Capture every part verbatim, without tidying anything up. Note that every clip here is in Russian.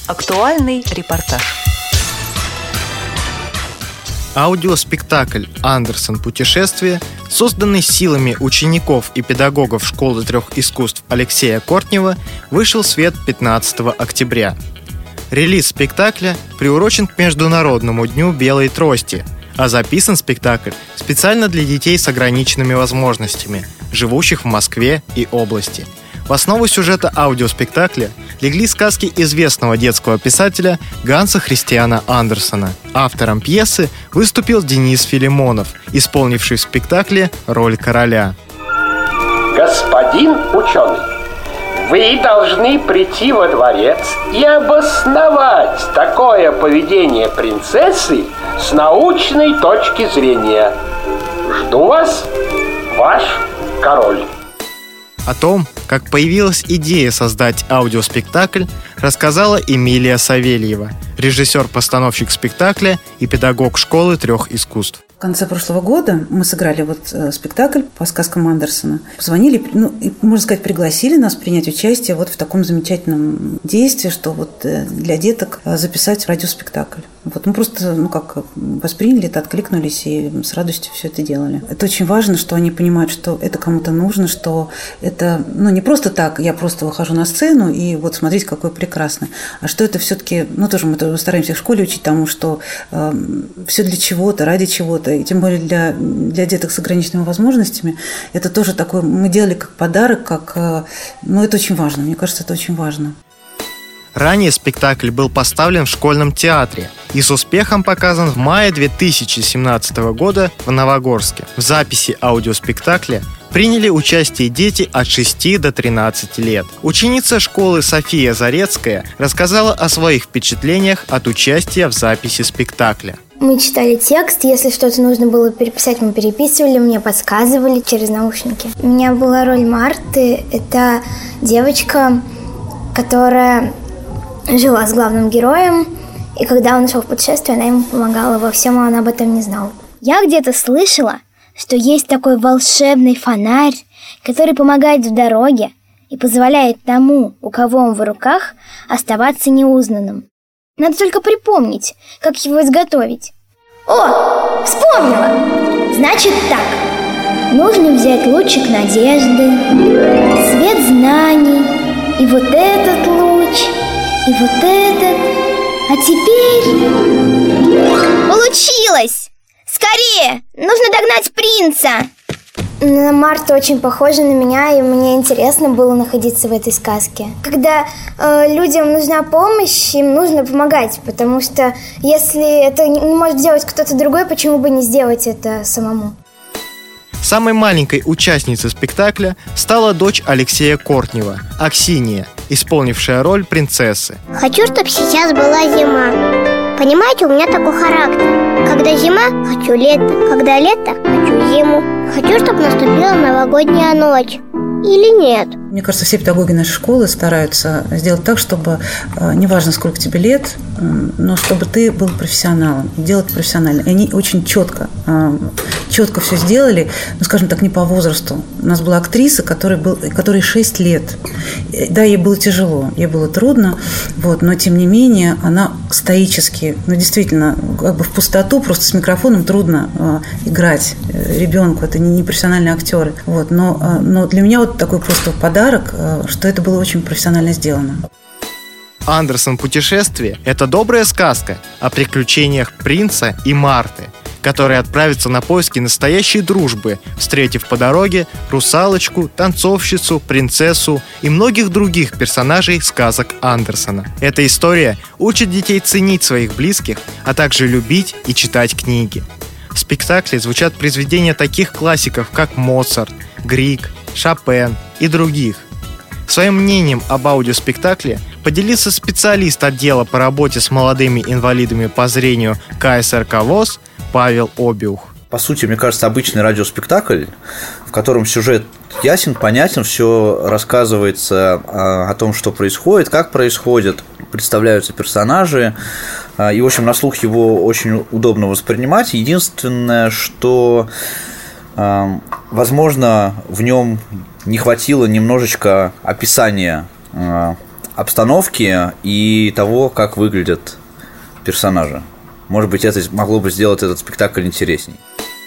Актуальный репортаж. Аудиоспектакль «Андерсон. Путешествие», созданный силами учеников и педагогов Школы трех искусств Алексея Кортнева, вышел в свет пятнадцатого октября. Релиз спектакля приурочен к Международному дню белой трости, а записан спектакль специально для детей с ограниченными возможностями, живущих в Москве и области. В основу сюжета аудиоспектакля легли сказки известного детского писателя Ганса Христиана Андерсена. Автором пьесы выступил Денис Филимонов, исполнивший в спектакле роль короля. Господин ученый, вы должны прийти во дворец и обосновать такое поведение принцессы с научной точки зрения. Жду вас, ваш король. О том, как появилась идея создать аудиоспектакль, рассказала Эмилия Савельева, режиссер-постановщик спектакля и педагог Школы трех искусств. В конце прошлого года мы сыграли вот э, спектакль по сказкам Андерсена. Позвонили, ну, и, можно сказать, пригласили нас принять участие вот в таком замечательном действии, что вот э, для деток э, записать радиоспектакль. Вот мы просто, ну как, восприняли это, откликнулись и с радостью все это делали. Это очень важно, что они понимают, что это кому-то нужно, что это, ну, не просто так, я просто выхожу на сцену и вот смотрите, какой прекрасный, а что это все-таки, ну, тоже мы тоже стараемся в школе учить тому, что э, все для чего-то, ради чего-то, и тем более для, для деток с ограниченными возможностями, это тоже такое, мы делали как подарок, как, ну, это очень важно, мне кажется, это очень важно. Ранее спектакль был поставлен в школьном театре и с успехом показан в мае две тысячи семнадцатого года в Новогорске. В записи аудиоспектакля приняли участие дети от шести до тринадцати лет. Ученица школы София Зарецкая рассказала о своих впечатлениях от участия в записи спектакля. Мы читали текст, если что-то нужно было переписать, мы переписывали, мне подсказывали через наушники. У меня была роль Марты, это девочка, которая жила с главным героем, и когда он ушел в путешествие, она ему помогала во всем, а он об этом не знал. Я где-то слышала, что есть такой волшебный фонарь, который помогает в дороге и позволяет тому, у кого он в руках, оставаться неузнанным. Надо только припомнить, как его изготовить. О, вспомнила! Значит так, нужно взять лучик надежды, свет знаний, и вот этот луч, и вот этот. А теперь... Получилось! Скорее! Нужно догнать принца! Марта очень похожа на меня, и мне интересно было находиться в этой сказке. Когда э, людям нужна помощь, им нужно помогать, потому что если это не может сделать кто-то другой, почему бы не сделать это самому? Самой маленькой участницей спектакля стала дочь Алексея Кортнева, Аксинья, исполнившая роль принцессы. Хочу, чтобы сейчас была зима. Понимаете, у меня такой характер. Когда зима, хочу лето. Когда лето, хочу зиму. Хочу, чтобы наступила новогодняя ночь. Или нет? Мне кажется, все педагоги нашей школы стараются сделать так, чтобы, неважно, сколько тебе лет, но чтобы ты был профессионалом, делать профессионально. И они очень четко, четко все сделали, ну, скажем так, не по возрасту. У нас была актриса, которой, был, которой шесть лет. Да, ей было тяжело, ей было трудно, вот, но, тем не менее, она стоически, ну, действительно, как бы в пустоту, просто с микрофоном трудно играть ребенку, это не профессиональные актеры. Вот, но, но для меня вот такой просто подарок, что это было очень профессионально сделано. «Андерсон. Путешествие» — это добрая сказка о приключениях принца и Марты, которые отправятся на поиски настоящей дружбы, встретив по дороге русалочку, танцовщицу, принцессу и многих других персонажей сказок Андерсона. Эта история учит детей ценить своих близких, а также любить и читать книги. В спектакле звучат произведения таких классиков, как Моцарт, Григ, Шопен и других. Своим мнением об аудиоспектакле поделился специалист отдела по работе с молодыми инвалидами по зрению ка эс эр ка ВОС Павел Обиух. По сути, мне кажется, обычный радиоспектакль, в котором сюжет ясен, понятен, все рассказывается о том, что происходит, как происходит, представляются персонажи, и, в общем, на слух его очень удобно воспринимать. Единственное, что, возможно, в нем не хватило немножечко описания обстановки и того, как выглядят персонажи. Может быть, это могло бы сделать этот спектакль интересней.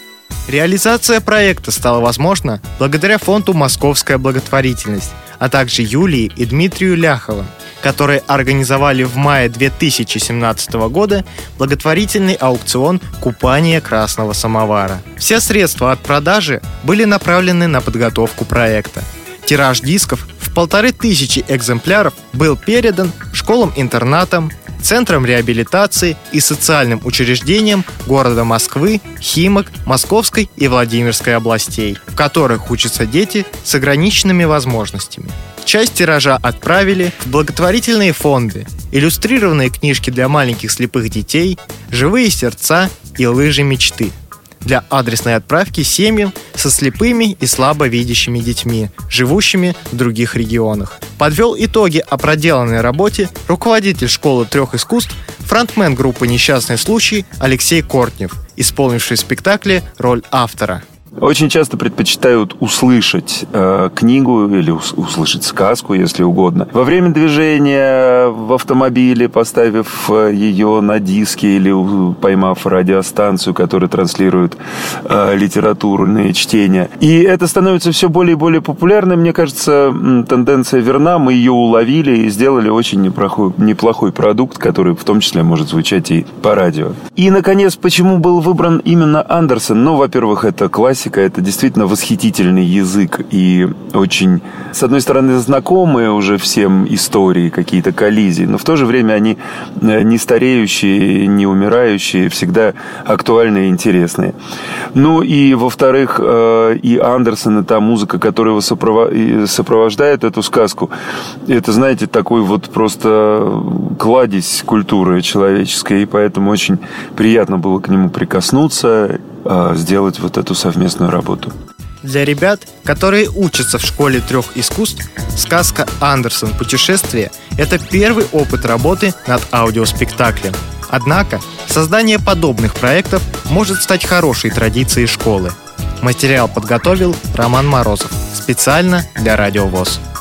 Реализация проекта стала возможна благодаря фонду «Московская благотворительность», а также Юлии и Дмитрию Ляховым, которые организовали в мае две тысячи семнадцатого года благотворительный аукцион «Купание красного самовара». Все средства от продажи были направлены на подготовку проекта. Тираж дисков в полторы тысячи экземпляров был передан школам-интернатам, центрам реабилитации и социальным учреждениям города Москвы, Химок, Московской и Владимирской областей, в которых учатся дети с ограниченными возможностями. Часть тиража отправили в благотворительные фонды, иллюстрированные книжки для маленьких слепых детей, живые сердца и лыжи мечты, для адресной отправки семьям со слепыми и слабовидящими детьми, живущими в других регионах. Подвел итоги о проделанной работе руководитель школы трех искусств, фронтмен группы «Несчастный случай» Алексей Кортнев, исполнивший в спектакле роль автора. Очень часто предпочитают услышать э, книгу или ус- услышать сказку, если угодно. Во время движения в автомобиле, поставив э, ее на диске или у- поймав радиостанцию, которая транслирует э, литературные чтения. И это становится все более и более популярным. Мне кажется, тенденция верна. Мы ее уловили и сделали очень неплохой, неплохой продукт, который в том числе может звучать и по радио. И, наконец, почему был выбран именно Андерсен? Ну, во-первых, это классика. Это действительно восхитительный язык и очень, с одной стороны, знакомые уже всем истории, какие-то коллизии, но в то же время они не стареющие, не умирающие, всегда актуальные и интересные. Ну и, во-вторых, и Андерсен, и та музыка, которая его сопровождает эту сказку, это, знаете, такой вот просто кладезь культуры человеческой, и поэтому очень приятно было к нему прикоснуться, сделать вот эту совместную работу. Для ребят, которые учатся в школе трех искусств, сказка «Андерсен. Путешествие» — это первый опыт работы над аудиоспектаклем. Однако создание подобных проектов может стать хорошей традицией школы. Материал подготовил Роман Морозов специально для Радио ВОС.